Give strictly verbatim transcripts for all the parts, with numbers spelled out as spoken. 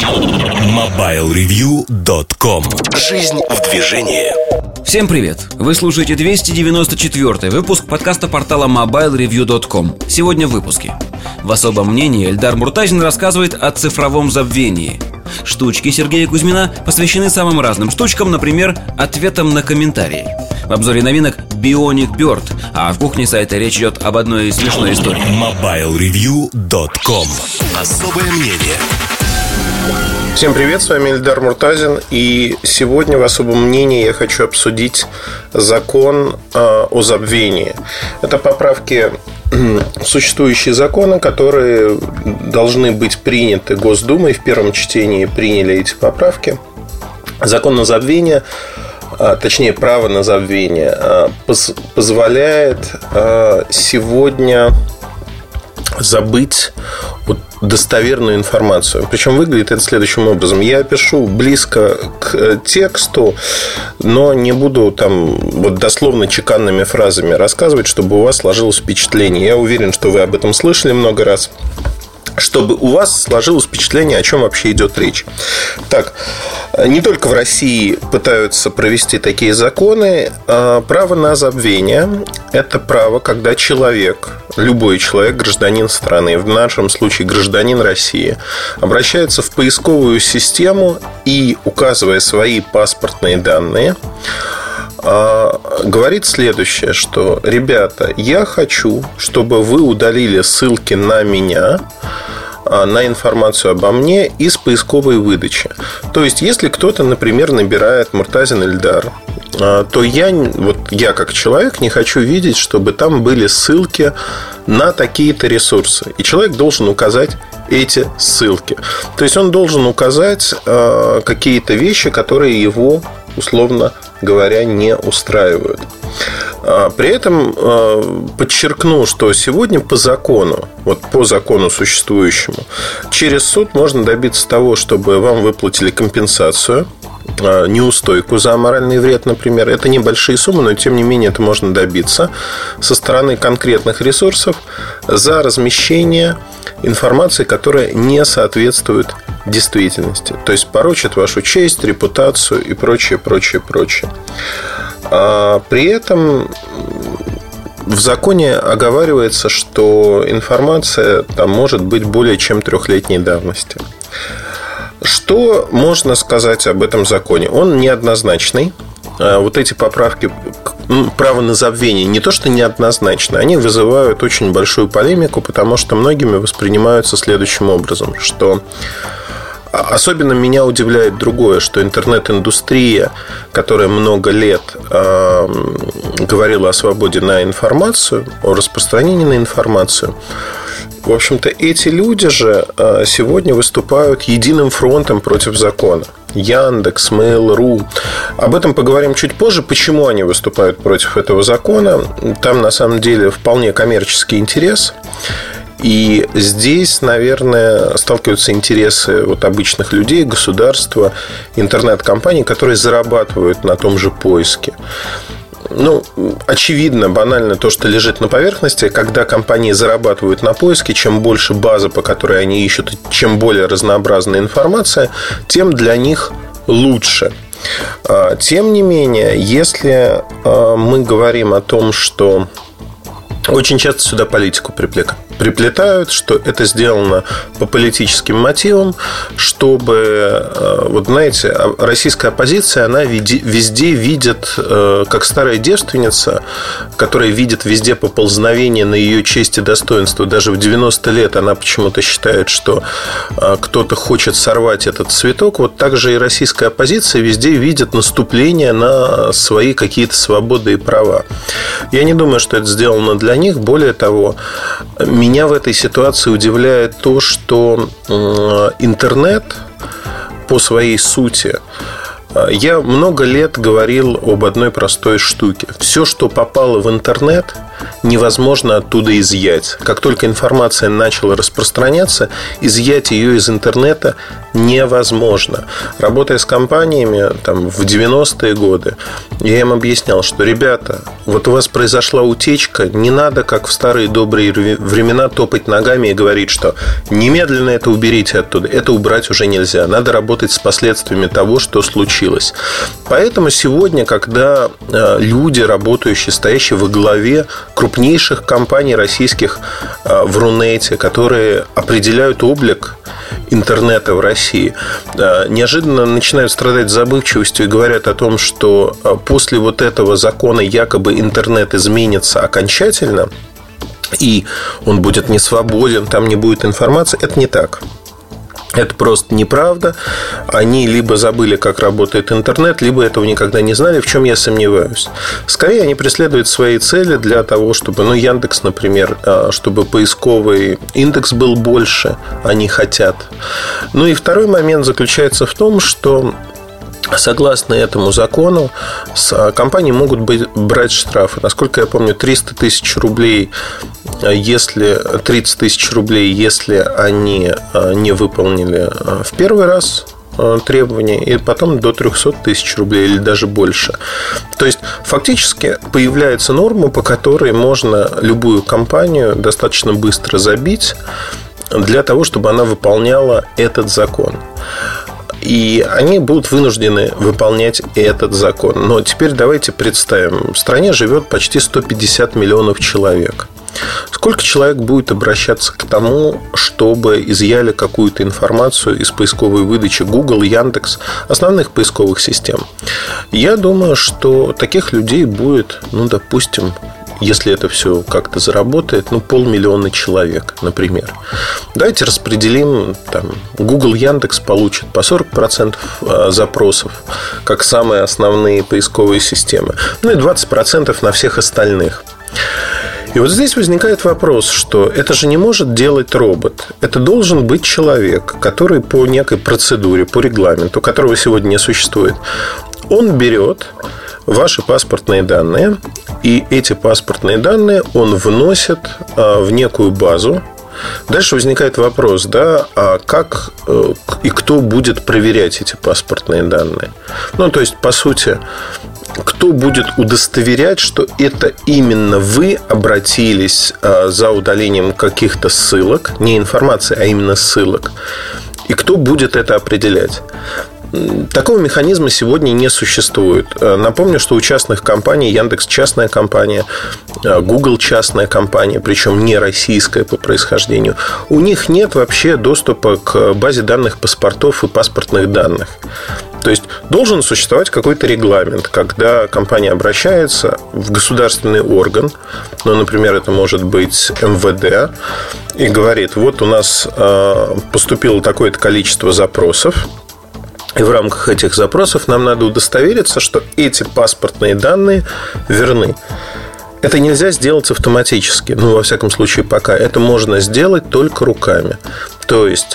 мобайл ревью точка ком. Жизнь в движении. Всем привет! Вы слушаете двести девяносто четвёртый выпуск подкаста портала мобайл ревью точка ком. Сегодня в выпуске. В особом мнении Эльдар Муртазин рассказывает о цифровом забвении. Штучки Сергея Кузьмина посвящены самым разным штучкам, например, ответам на комментарии. В обзоре новинок Bionic Bird, а в кухне сайта речь идет об одной смешной истории. мобайл ревью точка ком. Особое мнение. Всем привет, с вами Эльдар Муртазин. И сегодня в особом мнении я хочу обсудить закон э, о забвении. Это поправки в существующие законы, которые должны быть приняты Госдумой. В первом чтении приняли эти поправки. Закон о забвении, э, точнее право на забвение, э, поз- позволяет э, сегодня забыть достоверную информацию. Причем выглядит это следующим образом. Я пишу близко к тексту, но не буду там вот дословно чеканными фразами рассказывать, чтобы у вас сложилось впечатление. Я уверен, что вы об этом слышали много раз. Чтобы у вас сложилось впечатление, о чем вообще идет речь. Так, не только в России пытаются провести такие законы. Право на забвение – это право, когда человек, любой человек, гражданин страны, в нашем случае гражданин России, обращается в поисковую систему и, указывая свои паспортные данные, говорит следующее, что: ребята, я хочу, чтобы вы удалили ссылки на меня, на информацию обо мне из поисковой выдачи. То есть, если кто-то, например, набирает Муртазин Эльдар, то я, вот я как человек не хочу видеть, чтобы там были ссылки на такие-то ресурсы. И человек должен указать эти ссылки. То есть, он должен указать какие-то вещи, которые его, условно говоря, не устраивают. При этом подчеркну, что сегодня по закону, вот по закону существующему, через суд можно добиться того, чтобы вам выплатили компенсацию, неустойку за моральный вред, например. Это небольшие суммы, но тем не менее это можно добиться со стороны конкретных ресурсов за размещение информации, которая не соответствует действительности. То есть порочит вашу честь, репутацию и прочее, прочее, прочее. А при этом в законе оговаривается, что информация там может быть более чем трехлетней давности. Что можно сказать об этом законе? Он неоднозначный. Вот эти поправки, право на забвение, не то что неоднозначно, они вызывают очень большую полемику, потому что многими воспринимаются следующим образом, что особенно меня удивляет другое, что интернет-индустрия, которая много лет э, говорила о свободе на информацию, о распространении на информацию, в общем-то, эти люди же э, сегодня выступают единым фронтом против закона. Яндекс, Mail.ru. Об этом поговорим чуть позже, почему они выступают против этого закона. Там, на самом деле, вполне коммерческий интерес. И здесь, наверное, сталкиваются интересы вот обычных людей, государства, интернет-компаний, которые зарабатывают на том же поиске. Ну, очевидно, банально то, что лежит на поверхности. Когда компании зарабатывают на поиске, чем больше база, по которой они ищут, чем более разнообразная информация, тем для них лучше. Тем не менее, если мы говорим о том, что очень часто сюда политику приплетают, что это сделано по политическим мотивам, чтобы, вот знаете, российская оппозиция, она везде видит, как старая девственница, которая видит везде поползновение на ее честь и достоинство. Даже в девяносто лет она почему-то считает, что кто-то хочет сорвать этот цветок. Вот так же и российская оппозиция везде видит наступление на свои какие-то свободы и права. Я не думаю, что это сделано для них. Более того, меня в этой ситуации удивляет то, что интернет по своей сути... Я много лет говорил об одной простой штуке. Все, что попало в интернет, невозможно оттуда изъять. Как только информация начала распространяться, изъять ее из интернета невозможно. Работая с компаниями там, в девяностые годы, я им объяснял, что, ребята, вот у вас произошла утечка, не надо, как в старые добрые времена, топать ногами и говорить, что немедленно это уберите оттуда. Это убрать уже нельзя. Надо работать с последствиями того, что случилось. Поэтому сегодня, когда люди, работающие, стоящие во главе крупнейших компаний российских в Рунете, которые определяют облик интернета в России, неожиданно начинают страдать забывчивостью и говорят о том, что после вот этого закона якобы интернет изменится окончательно, и он будет не свободен, там не будет информации. Это не так. Это просто неправда. Они либо забыли, как работает интернет, либо этого никогда не знали, в чем я сомневаюсь. Скорее, они преследуют свои цели для того, чтобы, ну, Яндекс, например, чтобы поисковый индекс был больше, они хотят. Ну и второй момент заключается в том, что согласно этому закону, компании могут быть, брать штрафы. Насколько я помню, триста тысяч рублей, если тридцать тысяч рублей, если они не выполнили в первый раз требования, и потом до триста тысяч рублей или даже больше. То есть фактически появляется норма, по которой можно любую компанию достаточно быстро забить для того, чтобы она выполняла этот закон. И они будут вынуждены выполнять этот закон. Но теперь давайте представим, в стране живет почти сто пятьдесят миллионов человек. Сколько человек будет обращаться к тому, чтобы изъяли какую-то информацию из поисковой выдачи Google, Яндекс, основных поисковых систем? Я думаю, что таких людей будет, ну, допустим, если это все как-то заработает, ну, полмиллиона человек, например. Давайте распределим, там, Google, Яндекс получат по сорок процентов запросов, как самые основные поисковые системы. Ну, и двадцать процентов на всех остальных. И вот здесь возникает вопрос, что это же не может делать робот. Это должен быть человек, который по некой процедуре, по регламенту, которого сегодня не существует, он берет ваши паспортные данные, и эти паспортные данные он вносит в некую базу. Дальше возникает вопрос, да, а как и кто будет проверять эти паспортные данные? Ну, то есть, по сути, кто будет удостоверять, что это именно вы обратились за удалением каких-то ссылок, не информации, а именно ссылок, и кто будет это определять? Такого механизма сегодня не существует. Напомню, что у частных компаний, Яндекс частная компания, Google частная компания, причем не российская по происхождению, у них нет вообще доступа к базе данных паспортов и паспортных данных. То есть должен существовать какой-то регламент, когда компания обращается в государственный орган, ну, например, это может быть эм вэ дэ, и говорит: вот у нас поступило такое-то количество запросов, и в рамках этих запросов нам надо удостовериться, что эти паспортные данные верны. Это нельзя сделать автоматически. Ну, во всяком случае, пока. Это можно сделать только руками. То есть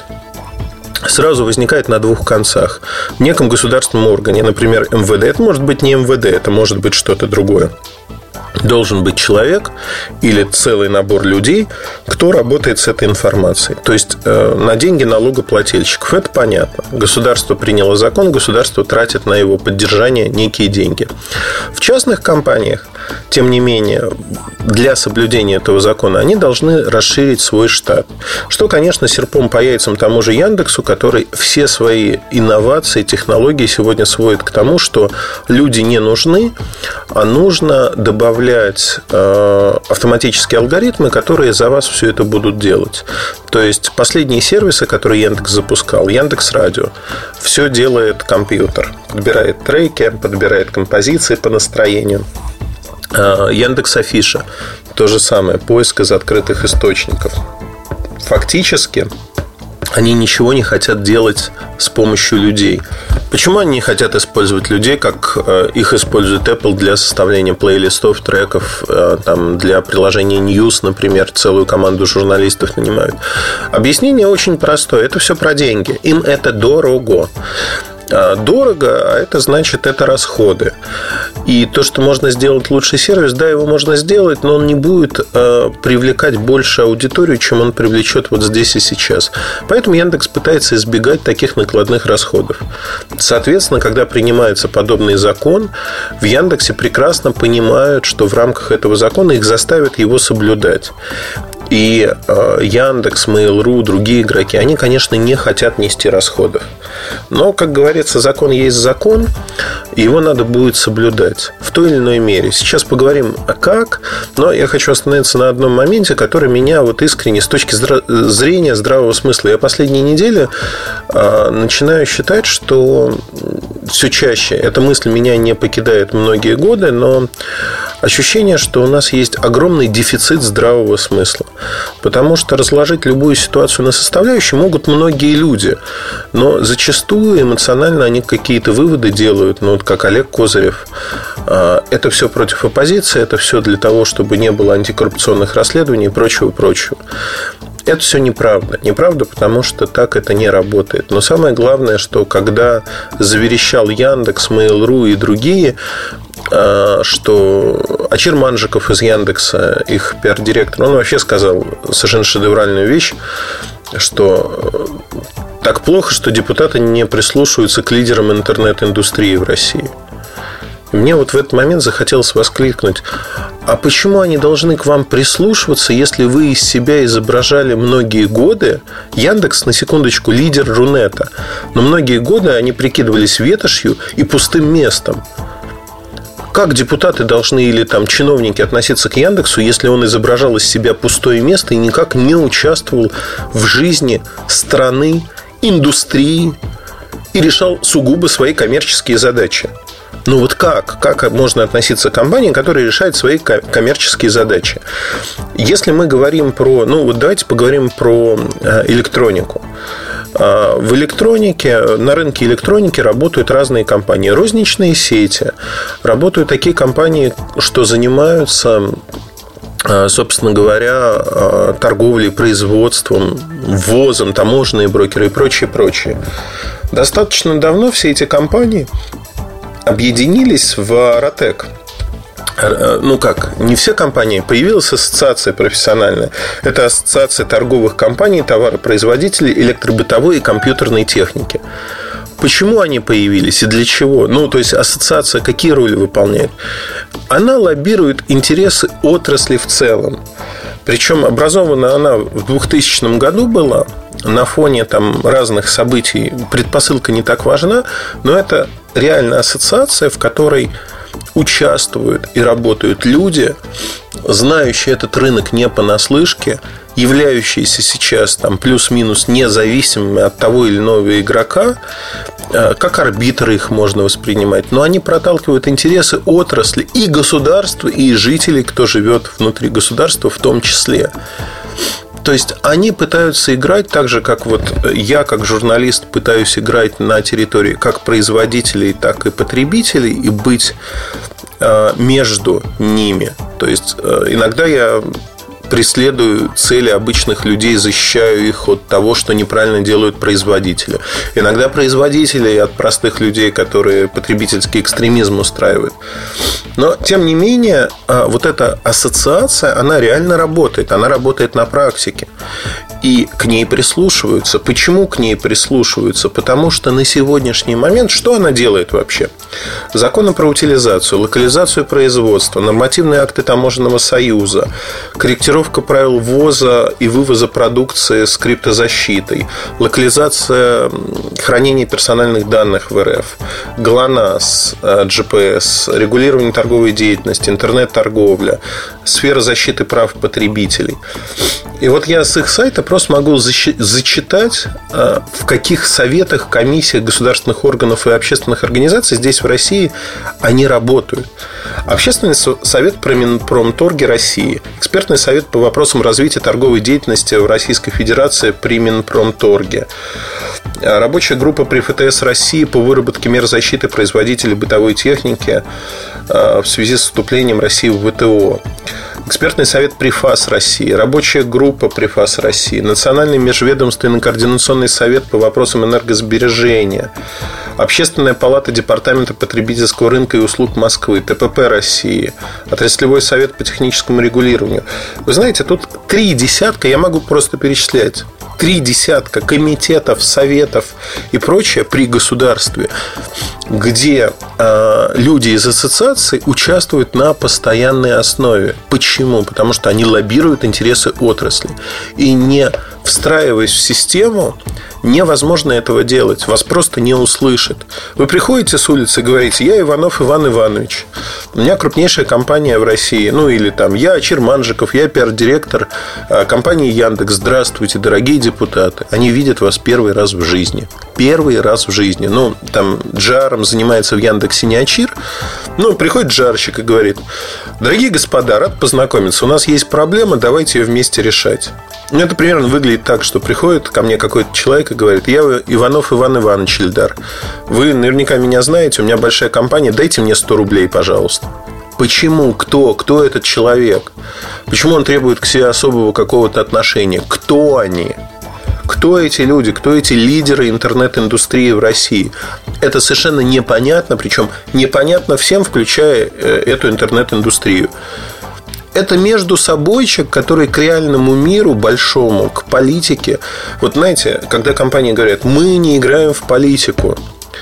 сразу возникает на двух концах. В неком государственном органе, например, эм вэ дэ, это может быть не эм вэ дэ, это может быть что-то другое, должен быть человек или целый набор людей, кто работает с этой информацией. То есть на деньги налогоплательщиков. Это понятно. Государство приняло закон, государство тратит на его поддержание некие деньги. В частных компаниях, тем не менее, для соблюдения этого закона они должны расширить свой штат. Что, конечно, серпом по яйцам тому же Яндексу, который все свои инновации, технологии сегодня сводит к тому, что люди не нужны, а нужно добавлять автоматические алгоритмы, которые за вас все это будут делать. То есть последние сервисы, которые Яндекс запускал, Яндекс.Радио, все делает компьютер. Подбирает треки, подбирает композиции по настроению. Яндекс.Афиша то же самое, поиск из открытых источников. Фактически они ничего не хотят делать с помощью людей. Почему они не хотят использовать людей, как их использует Apple для составления плейлистов, треков, там, для приложения News, например, целую команду журналистов нанимают? Объяснение очень простое. Это все про деньги. Им это дорого. дорого, а это значит, это расходы. И то, что можно сделать лучший сервис, да, его можно сделать, но он не будет э, привлекать больше аудиторию, чем он привлечет вот здесь и сейчас. Поэтому Яндекс пытается избегать таких накладных расходов. Соответственно, когда принимается подобный закон, в Яндексе прекрасно понимают, что в рамках этого закона их заставят его соблюдать. И э, Яндекс, Mail.ru, другие игроки, они, конечно, не хотят нести расходов. Но, как говорится, закон есть закон, и его надо будет соблюдать в той или иной мере. Сейчас поговорим о как, но я хочу остановиться на одном моменте, который меня вот искренне с точки зрения здравого смысла. Я последние недели э, начинаю считать, что все чаще эта мысль меня не покидает многие годы, но ощущение, что у нас есть огромный дефицит здравого смысла. Потому что разложить любую ситуацию на составляющие могут многие люди. Но зачастую эмоционально они какие-то выводы делают. Ну, вот как Олег Козырев. Это все против оппозиции, это все для того, чтобы не было антикоррупционных расследований и прочего-прочего. Это все неправда. Неправда, потому что так это не работает. Но самое главное, что когда заверещал Яндекс, Mail.ru и другие, что Ачир Манжиков из Яндекса, их пиар-директор, он вообще сказал совершенно шедевральную вещь, что так плохо, что депутаты не прислушиваются к лидерам интернет-индустрии в России. И мне вот в этот момент захотелось воскликнуть: а почему они должны к вам прислушиваться, если вы из себя изображали многие годы? Яндекс, на секундочку, лидер Рунета, но многие годы они прикидывались ветошью и пустым местом. Как депутаты должны или там чиновники относиться к Яндексу, если он изображал из себя пустое место и никак не участвовал в жизни страны, индустрии и решал сугубо свои коммерческие задачи? Ну вот как? Как можно относиться к компании, которая решает свои коммерческие задачи? Если мы говорим про... Ну вот давайте поговорим про электронику. В электронике, на рынке электроники работают разные компании. Розничные сети. Работают такие компании, что занимаются, собственно говоря, торговлей, производством, ввозом, таможенные брокеры и прочее, прочее. Достаточно давно все эти компании объединились в Ротек. Ну как, не все компании. Появилась ассоциация профессиональная. Это ассоциация торговых компаний, товаропроизводителей электробытовой и компьютерной техники. Почему они появились и для чего? Ну, то есть ассоциация какие роли выполняет? Она лоббирует интересы отрасли в целом. Причем образована она в двухтысячном году была. На фоне там разных событий предпосылка не так важна, но это реально ассоциация, в которой участвуют и работают люди, знающие этот рынок не понаслышке, являющиеся сейчас там плюс-минус независимыми от того или иного игрока, как арбитры их можно воспринимать, но они проталкивают интересы отрасли и государства, и жителей, кто живет внутри государства в том числе. То есть они пытаются играть так же, как вот я, как журналист, пытаюсь играть на территории как производителей, так и потребителей и быть э, между ними. То есть э, иногда я преследую цели обычных людей, защищаю их от того, что неправильно делают производители. Иногда производители от простых людей, которые потребительский экстремизм устраивают. Но, тем не менее, вот эта ассоциация, она реально работает. Она работает на практике. И к ней прислушиваются. Почему к ней прислушиваются? Потому что на сегодняшний момент что она делает вообще? Законы про утилизацию, локализацию производства, нормативные акты Таможенного союза, корректировка правил ввоза и вывоза продукции с криптозащитой, локализация хранения персональных данных в эр эф, ГЛОНАСС, джи пи эс, регулирование торговой деятельности, интернет-торговля, сфера защиты прав потребителей. И вот я с их сайта просто могу зачитать, в каких советах, комиссиях государственных органов и общественных организаций здесь в России они работают. Общественный совет при Минпромторге России, экспертный совет по вопросам развития торговой деятельности в Российской Федерации при Минпромторге, рабочая группа при эф тэ эс России по выработке мер защиты производителей бытовой техники в связи с вступлением России в вэ тэ о, экспертный совет при ФАС России, рабочая группа при ФАС России, Национальный межведомственный координационный совет по вопросам энергосбережения, Общественная палата Департамента потребительского рынка и услуг Москвы, ТПП России, Отраслевой совет по техническому регулированию. Вы знаете, тут три десятка, я могу просто перечислять, три десятка комитетов, советов и прочее при государстве, где э, люди из ассоциаций участвуют на постоянной основе. Почему? Потому что они лоббируют интересы отрасли. И не встраиваясь в систему, невозможно этого делать. Вас просто не услышат. Вы приходите с улицы и говорите: я Иванов Иван Иванович, у меня крупнейшая компания в России. Ну или там: я Ачир Манжиков, я пиар-директор компании Яндекс. Здравствуйте, дорогие депутаты. Они видят вас первый раз в жизни. Первый раз в жизни. Ну, там джаром занимается в Яндексе не Ачир. Ну, приходит джарщик и говорит: дорогие господа, рад познакомиться. У нас есть проблема, давайте ее вместе решать. Ну, это примерно выглядит так, что приходит ко мне какой-то человек и говорит: я Иванов Иван Иванович, Эльдар. Вы наверняка меня знаете, у меня большая компания, дайте мне сто рублей, пожалуйста. Почему? Кто? Кто этот человек? Почему он требует к себе особого какого-то отношения? Кто они? Кто эти люди? Кто эти лидеры интернет-индустрии в России? Это совершенно непонятно, причем непонятно всем, включая эту интернет-индустрию. Это между собойчик, который к реальному миру большому, к политике. Вот знаете, когда компании говорят: мы не играем в политику,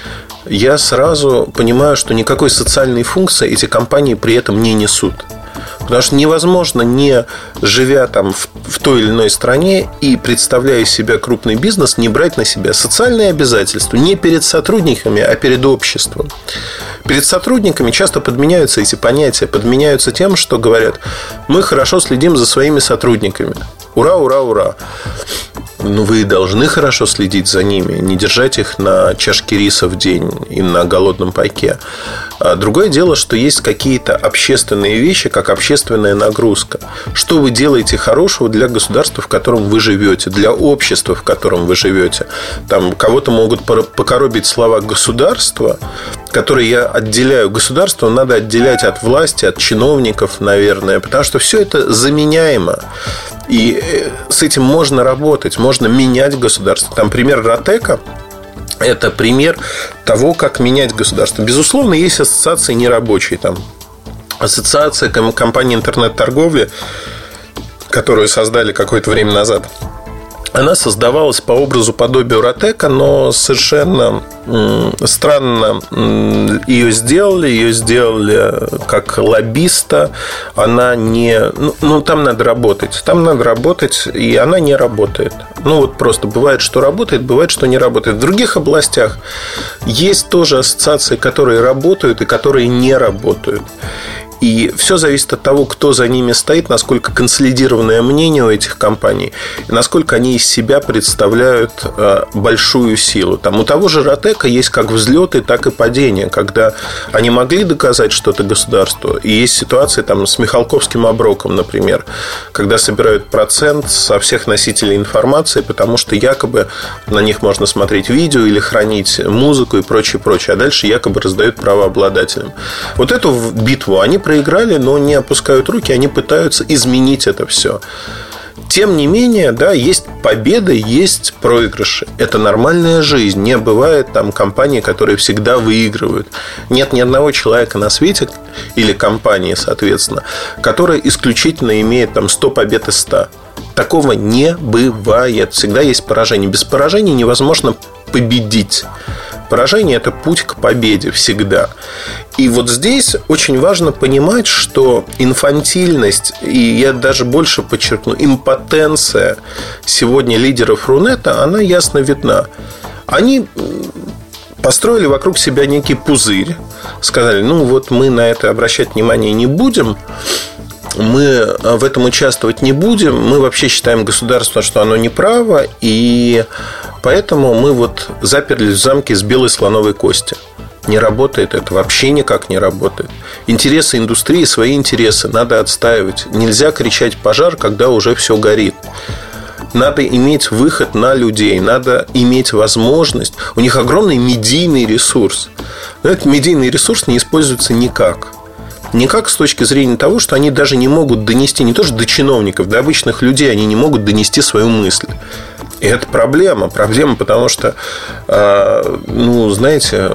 я сразу понимаю, что никакой социальной функции эти компании при этом не несут. Потому что невозможно, не живя там в, в той или иной стране и представляя себя крупный бизнес, не брать на себя социальные обязательства не перед сотрудниками, а перед обществом. Перед сотрудниками часто подменяются эти понятия, подменяются тем, что говорят: мы хорошо следим за своими сотрудниками. Ура, ура, ура. Но вы должны хорошо следить за ними, не держать их на чашке риса в день и на голодном пайке. А другое дело, что есть какие-то общественные вещи, как общественная нагрузка. Что вы делаете хорошего для государства, в котором вы живете, для общества, в котором вы живете. Там кого-то могут покоробить слова «государство», которые я отделяю. Государство надо отделять от власти, от чиновников, наверное, потому что все это заменяемо. И с этим можно работать, можно менять государство. Там пример Ротека – это пример того, как менять государство. Безусловно, есть ассоциации нерабочие. Там ассоциация компании интернет-торговли, которую создали какое-то время назад. Она создавалась по образу подобию Ротека, но совершенно странно ее сделали. Ее сделали как лоббиста. Она не... Ну, ну, там надо работать. Там надо работать, и она не работает. Ну, вот просто бывает, что работает, бывает, что не работает. В других областях есть тоже ассоциации, которые работают и которые не работают. И все зависит от того, кто за ними стоит, насколько консолидированное мнение у этих компаний, и насколько они из себя представляют большую силу. Там у того же Ротека есть как взлеты, так и падения, когда они могли доказать что-то государству. И есть ситуации там, с Михалковским оброком, например, когда собирают процент со всех носителей информации, потому что якобы на них можно смотреть видео или хранить музыку и прочее, прочее, а дальше якобы раздают правообладателям. Вот эту битву они проиграли, но не опускают руки, они пытаются изменить это все. Тем не менее, да, есть победы, есть проигрыши. Это нормальная жизнь. Не бывает там компаний, которые всегда выигрывают. Нет ни одного человека на свете, или компании, соответственно, которая исключительно имеет там сто побед из ста. Такого не бывает. Всегда есть поражение. Без поражений невозможно победить. Поражение – это путь к победе всегда. И вот здесь очень важно понимать, что инфантильность, и я даже больше подчеркну, импотенция сегодня лидеров Рунета, она ясно видна. Они построили вокруг себя некий пузырь. Сказали: ну вот мы на это обращать внимание не будем, мы в этом участвовать не будем, мы вообще считаем государство, что оно неправо, и поэтому мы вот заперлись в замке с белой слоновой кости. Не работает это, вообще никак не работает. Интересы индустрии, свои интересы надо отстаивать. Нельзя кричать пожар, когда уже все горит. Надо иметь выход на людей, надо иметь возможность. У них огромный медийный ресурс. Но этот медийный ресурс не используется никак. Никак с точки зрения того, что они даже не могут донести, не то что до чиновников, до обычных людей они не могут донести свою мысль. И это проблема. Проблема, потому что, ну, знаете,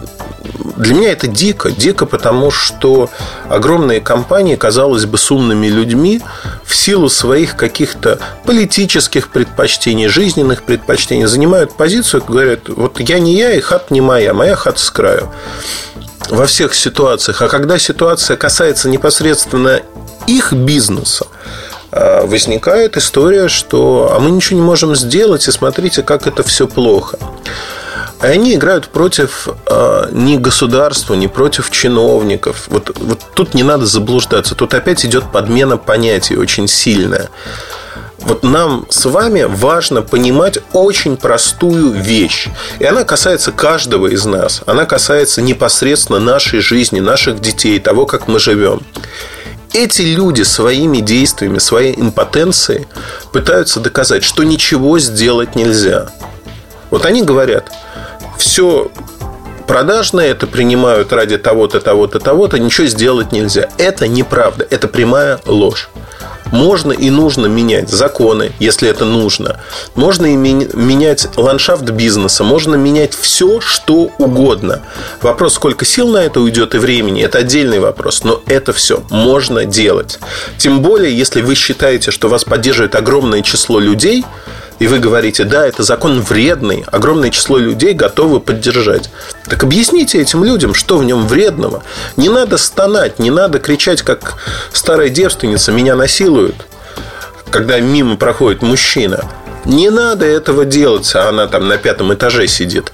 для меня это дико. Дико, потому что огромные компании, казалось бы, с умными людьми в силу своих каких-то политических предпочтений, жизненных предпочтений занимают позицию, говорят, вот я не я, и хата не моя, моя хата с краю. Во всех ситуациях. А когда ситуация касается непосредственно их бизнеса, возникает история, что а мы ничего не можем сделать, и смотрите, как это все плохо. И они играют против э, не государства, не против чиновников. Вот, вот тут не надо заблуждаться. Тут опять идет подмена понятий очень сильная. Вот нам с вами важно понимать очень простую вещь. И она касается каждого из нас. Она касается непосредственно нашей жизни, наших детей, того, как мы живем. Эти люди своими действиями, своей импотенцией пытаются доказать, что ничего сделать нельзя. Вот они говорят, все продажное, это принимают ради того-то, того-то, того-то, ничего сделать нельзя. Это неправда, это прямая ложь. Можно и нужно менять законы, если это нужно. Можно и менять ландшафт бизнеса. Можно менять все, что угодно. Вопрос, сколько сил на это уйдет и времени, это отдельный вопрос. Но это все можно делать. Тем более, если вы считаете, что вас поддерживает огромное число людей, и вы говорите, да, это закон вредный, огромное число людей готовы поддержать. Так объясните этим людям, что в нем вредного. Не надо стонать, не надо кричать, как старая девственница, меня насилуют, когда мимо проходит мужчина. Не надо этого делать, а она там на пятом этаже сидит,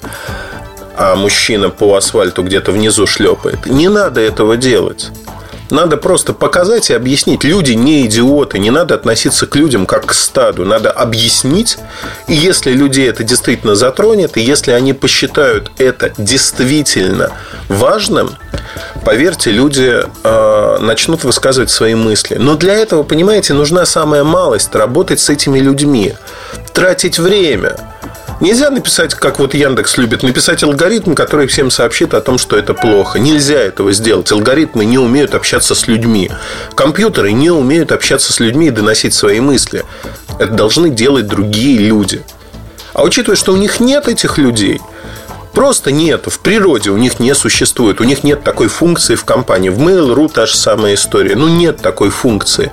а мужчина по асфальту где-то внизу шлепает. Не надо этого делать. Надо просто показать и объяснить. Люди не идиоты. Не надо относиться к людям как к стаду. Надо объяснить. И если людей это действительно затронет, и если они посчитают это действительно важным, поверьте, люди э, начнут высказывать свои мысли. Но для этого, понимаете, нужна самая малость. Работать с этими людьми. Тратить время. Нельзя написать, как вот Яндекс любит, написать алгоритм, который всем сообщит о том, что это плохо. Нельзя этого сделать. Алгоритмы не умеют общаться с людьми. Компьютеры не умеют общаться с людьми и доносить свои мысли. Это должны делать другие люди. А учитывая, что у них нет этих людей, просто нет, в природе у них не существует. У них нет такой функции в компании. В Mail.ru та же самая история. Ну, нет такой функции.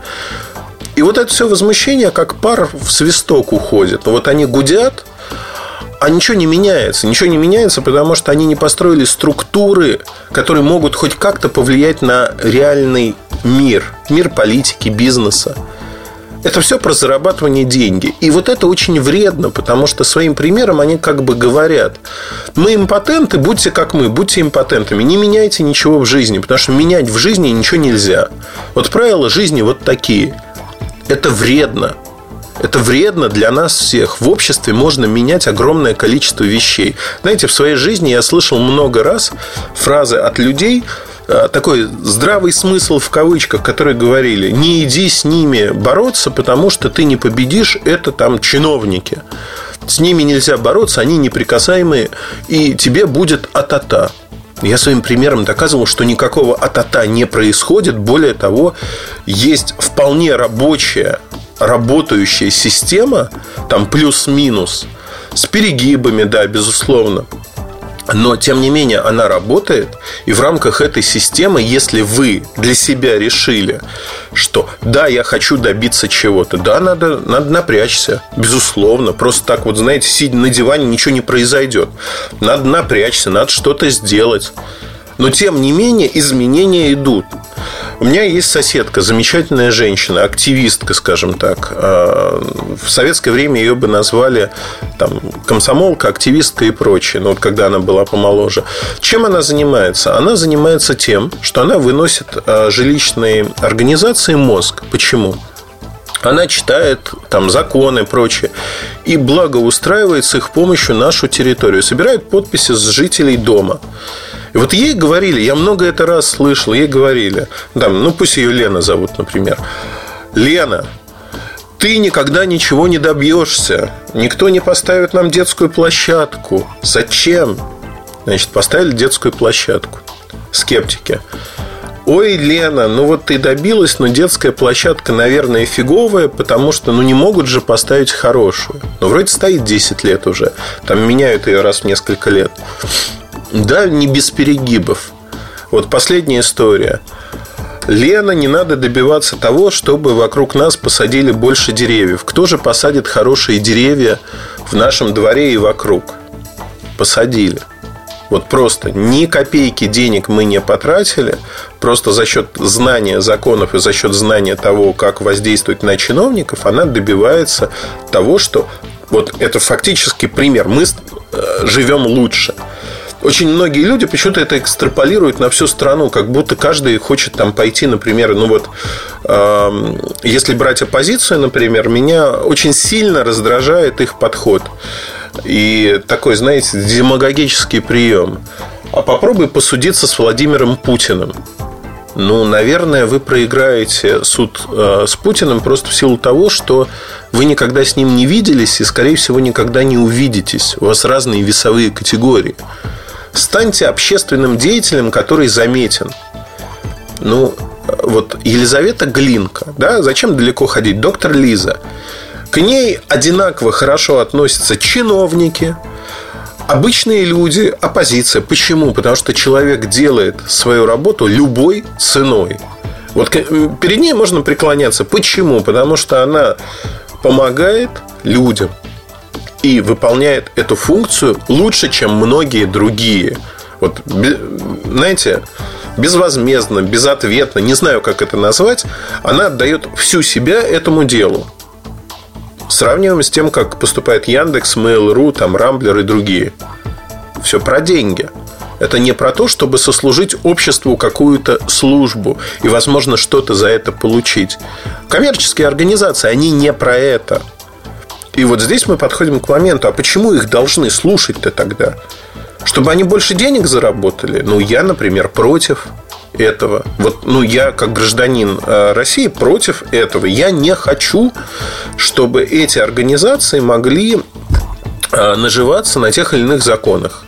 И вот это все возмущение, как пар в свисток уходит. Вот они гудят, а ничего не меняется. Ничего не меняется, потому что они не построили структуры, которые могут хоть как-то повлиять на реальный мир. Мир политики, бизнеса. Это все про зарабатывание денег. И вот это очень вредно, потому что своим примером они как бы говорят: мы импотенты, будьте как мы, будьте импотентами. Не меняйте ничего в жизни, потому что менять в жизни ничего нельзя. Вот правила жизни вот такие. Это вредно. Это вредно для нас всех. В обществе можно менять огромное количество вещей. Знаете, в своей жизни я слышал много раз фразы от людей, такой здравый смысл в кавычках, которые говорили: не иди с ними бороться, потому что ты не победишь, это там чиновники. С ними нельзя бороться, они неприкасаемые, и тебе будет а-та-та. Я своим примером доказывал, что никакого а-та-та не происходит. Более того, есть вполне рабочая, работающая система, там плюс-минус, с перегибами, да, безусловно. Но, тем не менее, она работает. И в рамках этой системы, если вы для себя решили, что да, я хочу добиться чего-то, да, надо, надо напрячься, безусловно. Просто так вот, знаете, сидя на диване, ничего не произойдет. Надо напрячься, надо что-то сделать. Но, тем не менее, изменения идут. У меня есть соседка, замечательная женщина, активистка, скажем так. В советское время ее бы назвали там, комсомолка, активистка и прочее. Но вот когда она была помоложе. Чем она занимается? Она занимается тем, что она выносит жилищные организации мозг. Почему? Она читает там законы и прочее и благоустраивает с их помощью нашу территорию. Собирает подписи с жителей дома. И вот ей говорили, я много это раз слышал, ей говорили, там, ну пусть ее Лена зовут, например: Лена, ты никогда ничего не добьешься. Никто не поставит нам детскую площадку. Зачем? Значит, поставили детскую площадку. Скептики. ой, Лена, ну вот ты добилась, но детская площадка, наверное, фиговая, потому что, ну, не могут же поставить хорошую. Ну, вроде стоит десять лет уже. Там меняют ее раз в несколько лет. Да, не без перегибов. Вот последняя история. Лена, не надо добиваться того, чтобы вокруг нас посадили больше деревьев. Кто же посадит хорошие деревья в нашем дворе и вокруг? Посадили. Вот просто ни копейки денег мы не потратили. Просто за счет знания законов и за счет знания того, как воздействовать на чиновников, она добивается того, что вот это фактически пример. Мы живем лучше. Очень многие люди почему-то это экстраполируют на всю страну, как будто каждый хочет там пойти, например, ну вот, э, если брать оппозицию, например, меня очень сильно раздражает их подход и такой, знаете, демагогический прием. А попробуй посудиться с Владимиром Путиным. Ну, наверное, вы проиграете суд э, с Путиным просто в силу того, что вы никогда с ним не виделись и, скорее всего, никогда не увидитесь. У вас разные весовые категории. Станьте общественным деятелем, который заметен. Ну, вот Елизавета Глинка, да, зачем далеко ходить? Доктор Лиза. К ней одинаково хорошо относятся чиновники, обычные люди, оппозиция. Почему? Потому что человек делает свою работу любой ценой. Вот перед ней можно преклоняться. Почему? Потому что она помогает людям и выполняет эту функцию лучше, чем многие другие. Вот, знаете, безвозмездно, безответно, не знаю, как это назвать, она отдает всю себя этому делу. Сравниваем с тем, как поступает Яндекс, Mail.ru, там, Рамблер и другие. Все про деньги. Это не про то, чтобы сослужить обществу какую-то службу и, возможно, что-то за это получить. Коммерческие организации, они не про это. И вот здесь мы подходим к моменту, а почему их должны слушать-то тогда? Чтобы они больше денег заработали? Ну, я, например, против этого. Вот, ну, я, как гражданин России, против этого. Я не хочу, чтобы эти организации могли наживаться на тех или иных законах.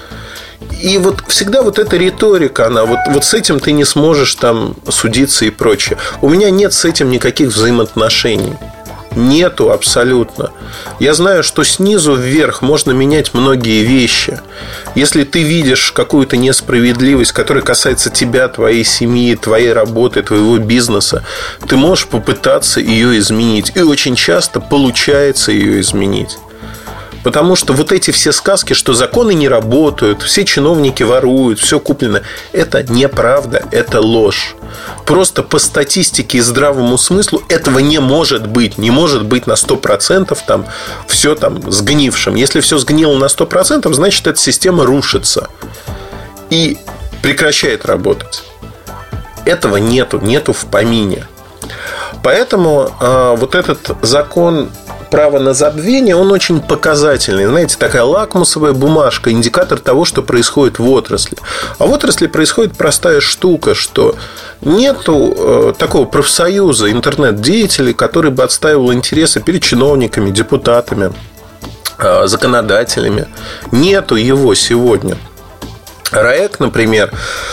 И вот всегда вот эта риторика, она вот, вот с этим ты не сможешь там судиться и прочее. У меня нет с этим никаких взаимоотношений. Нету абсолютно. Я знаю, что снизу вверх можно менять многие вещи. Если ты видишь какую-то несправедливость, которая касается тебя, твоей семьи, твоей работы, твоего бизнеса, ты можешь попытаться ее изменить. И очень часто получается ее изменить. Потому что вот эти все сказки, что законы не работают, все чиновники воруют, все куплено, это неправда, это ложь. Просто по статистике и здравому смыслу этого не может быть. Не может быть на сто процентов там все там сгнившим. Если все сгнило на сто процентов, значит, эта система рушится и прекращает работать. Этого нету, нету в помине. Поэтому э, вот этот закон право на забвение, он очень показательный. Знаете, такая лакмусовая бумажка, индикатор того, что происходит в отрасли. А в отрасли происходит простая штука, что нету э, такого профсоюза интернет-деятелей, который бы отстаивал интересы перед чиновниками, депутатами, э, законодателями. Нету его сегодня. РАЭК, например,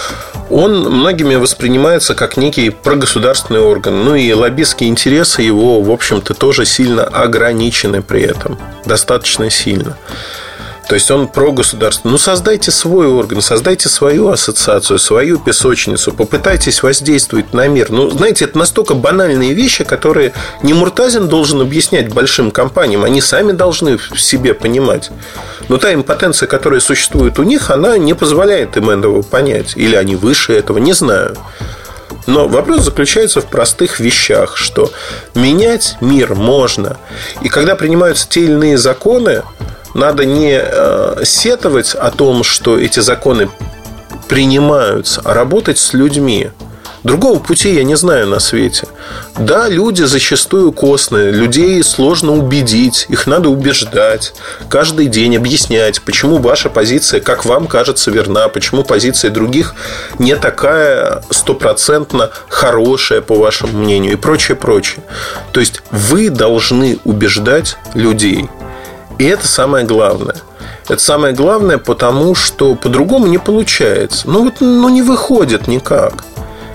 он многими воспринимается как некий прогосударственный орган. Ну и лоббистские интересы его, в общем-то, тоже сильно ограничены при этом. Достаточно сильно. То есть он прогосударственный. Ну, создайте свой орган, создайте свою ассоциацию, свою песочницу, попытайтесь воздействовать на мир. Ну, знаете, это настолько банальные вещи, которые не Муртазин должен объяснять большим компаниям. Они сами должны в себе понимать. Но та импотенция, которая существует у них, она не позволяет им этого понять. Или они выше этого, не знаю. Но вопрос заключается в простых вещах, что менять мир можно. И когда принимаются те или иные законы, надо не э, сетовать о том, что эти законы принимаются, а работать с людьми. Другого пути я не знаю на свете. Да, люди зачастую костные, людей сложно убедить, их надо убеждать, каждый день объяснять, почему ваша позиция, как вам кажется, верна, почему позиция других не такая стопроцентно хорошая, по вашему мнению, и прочее, прочее. То есть вы должны убеждать людей. И это самое главное. Это самое главное, потому что по-другому не получается. Ну вот, ну не выходит никак.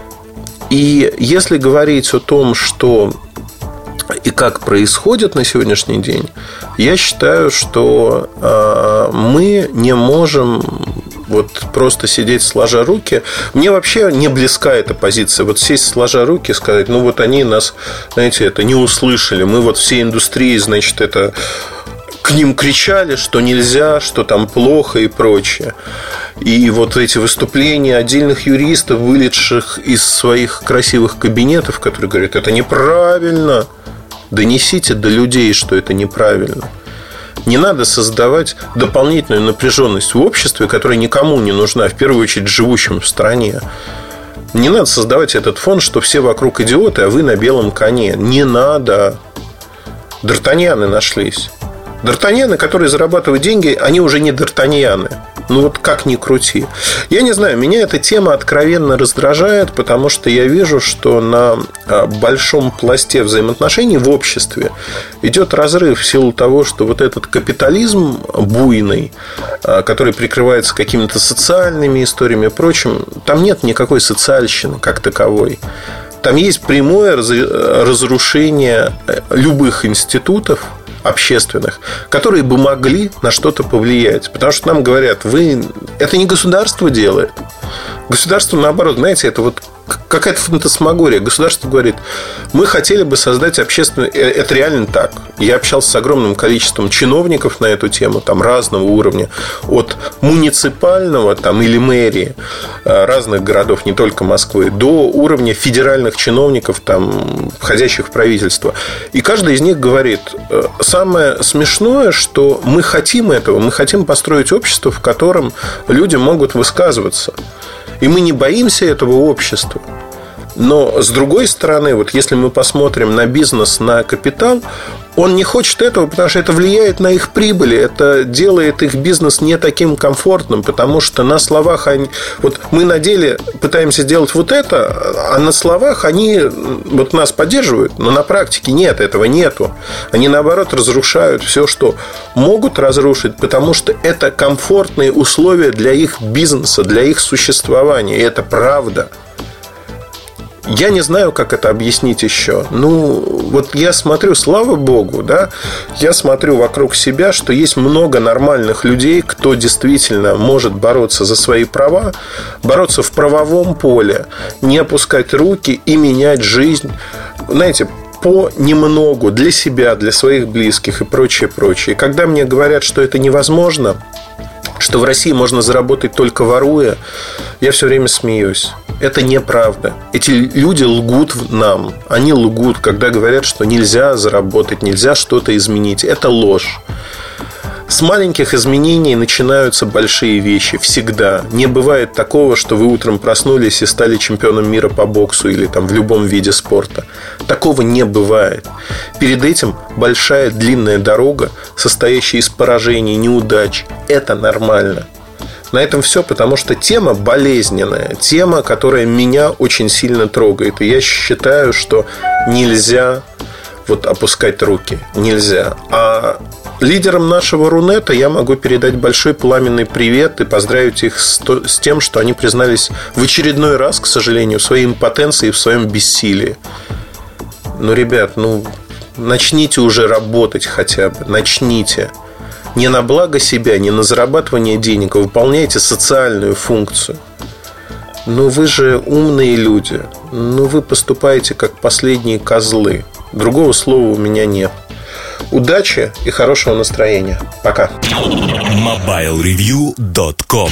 И если говорить о том, что и как происходит на сегодняшний день, я считаю, что э, мы не можем вот просто сидеть сложа руки. Мне вообще не близка эта позиция. Вот сесть сложа руки и сказать, ну вот они нас, знаете, это не услышали. Мы вот всей индустрии, значит, это к ним кричали, что нельзя, что там плохо и прочее. И вот эти выступления отдельных юристов, вылезших из своих красивых кабинетов, которые говорят, это неправильно. Донесите до людей, что это неправильно. Не надо создавать дополнительную напряженность в обществе, которая никому не нужна, в первую очередь живущим в стране. Не надо создавать этот фон, что все вокруг идиоты, а вы на белом коне. Не надо. Д'Артаньяны нашлись. Д'Артаньяны, которые зарабатывают деньги, они уже не Д'Артаньяны. Ну вот как ни крути. Я не знаю, меня эта тема откровенно раздражает, потому что я вижу, что на большом пласте взаимоотношений в обществе идет разрыв в силу того, что вот этот капитализм буйный, который прикрывается какими-то социальными историями и прочим, там нет никакой социальщины как таковой. Там есть прямое разрушение любых институтов общественных, которые бы могли на что-то повлиять. Потому что нам говорят, вы... это не государство делает. Государство, наоборот, знаете, это вот какая-то фантасмагория. Государство говорит, мы хотели бы создать общественную... Это реально так. Я общался с огромным количеством чиновников на эту тему, там разного уровня, от муниципального там, или мэрии разных городов, не только Москвы, до уровня федеральных чиновников, там, входящих в правительство. И каждый из них говорит, самое смешное, что мы хотим этого, мы хотим построить общество, в котором люди могут высказываться. И мы не боимся этого общества. Но с другой стороны, вот если мы посмотрим на бизнес, на капитал, он не хочет этого, потому что это влияет на их прибыли. Это делает их бизнес не таким комфортным, потому что на словах они... Вот мы на деле пытаемся сделать вот это, а на словах они вот нас поддерживают, но на практике нет, этого нету. Они, наоборот, разрушают все, что могут разрушить, потому что это комфортные условия для их бизнеса, для их существования. И это правда. Я не знаю, как это объяснить еще. Ну, вот я смотрю, слава богу, да, я смотрю вокруг себя, что есть много нормальных людей, кто действительно может бороться за свои права, бороться в правовом поле, не опускать руки и менять жизнь, знаете, понемногу для себя, для своих близких и прочее, прочее. И когда мне говорят, что это невозможно, что в России можно заработать только воруя, я все время смеюсь. Это неправда. Эти люди лгут нам. Они лгут, когда говорят, что нельзя заработать, нельзя что-то изменить. Это ложь. С маленьких изменений начинаются большие вещи. Всегда. Не бывает такого, что вы утром проснулись и стали чемпионом мира по боксу или там в любом виде спорта. Такого не бывает. Перед этим большая длинная дорога, состоящая из поражений, неудач. Это нормально. На этом все, потому что тема болезненная. Тема, которая меня очень сильно трогает. И я считаю, что нельзя вот опускать руки. Нельзя. А лидерам нашего Рунета я могу передать большой пламенный привет и поздравить их с, то, с тем, что они признались в очередной раз, к сожалению, в своей импотенции и в своем бессилии. Ну, ребят, ну, начните уже работать хотя бы. Начните. Не на благо себя, не на зарабатывание денег, а выполняйте социальную функцию. Но вы же умные люди. Но вы поступаете как последние козлы. Другого слова у меня нет. Удачи и хорошего настроения. Пока. мобайл ревью точка ком